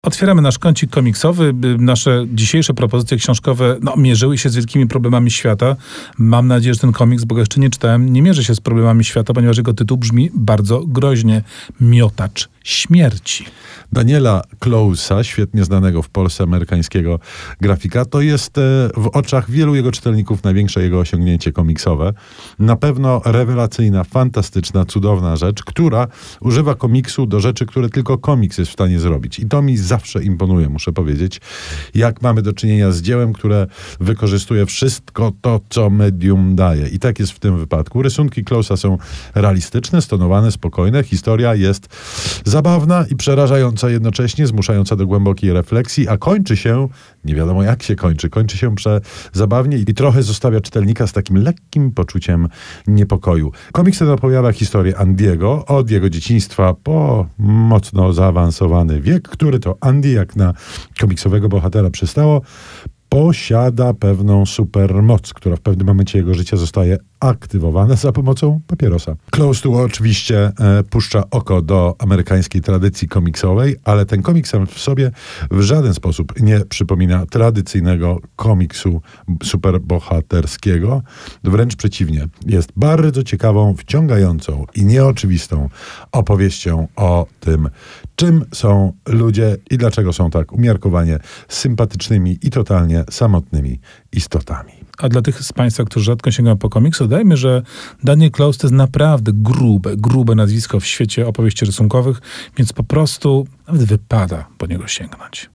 Otwieramy nasz kącik komiksowy. Nasze dzisiejsze propozycje książkowe mierzyły się z wielkimi problemami świata. Mam nadzieję, że ten komiks, bo go jeszcze nie czytałem, nie mierzy się z problemami świata, ponieważ jego tytuł brzmi bardzo groźnie. Miotacz śmierci. Daniela Close'a, świetnie znanego w Polsce amerykańskiego grafika, to jest w oczach wielu jego czytelników największe jego osiągnięcie komiksowe. Na pewno rewelacyjna, fantastyczna, cudowna rzecz, która używa komiksu do rzeczy, które tylko komiks jest w stanie zrobić. I to mi zawsze imponuje, muszę powiedzieć, jak mamy do czynienia z dziełem, które wykorzystuje wszystko to, co medium daje. I tak jest w tym wypadku. Rysunki Close'a są realistyczne, stonowane, spokojne. Historia jest zabawna i przerażająca jednocześnie, zmuszająca do głębokiej refleksji, a kończy się, nie wiadomo jak się kończy się zabawnie i trochę zostawia czytelnika z takim lekkim poczuciem niepokoju. Komiks ten opowiada historię Andiego od jego dzieciństwa po mocno zaawansowany wiek, który to Andy, jak na komiksowego bohatera przystało, posiada pewną supermoc, która w pewnym momencie jego życia zostaje aktywowana za pomocą papierosa. Close tu oczywiście puszcza oko do amerykańskiej tradycji komiksowej, ale ten komiks sam w sobie w żaden sposób nie przypomina tradycyjnego komiksu superbohaterskiego. Wręcz przeciwnie. Jest bardzo ciekawą, wciągającą i nieoczywistą opowieścią o tym, czym są ludzie i dlaczego są tak umiarkowanie sympatycznymi i totalnie samotnymi istotami. A dla tych z Państwa, którzy rzadko sięgają po komiks, dodajmy, że Daniel Close to jest naprawdę grube nazwisko w świecie opowieści rysunkowych, więc po prostu nawet wypada po niego sięgnąć.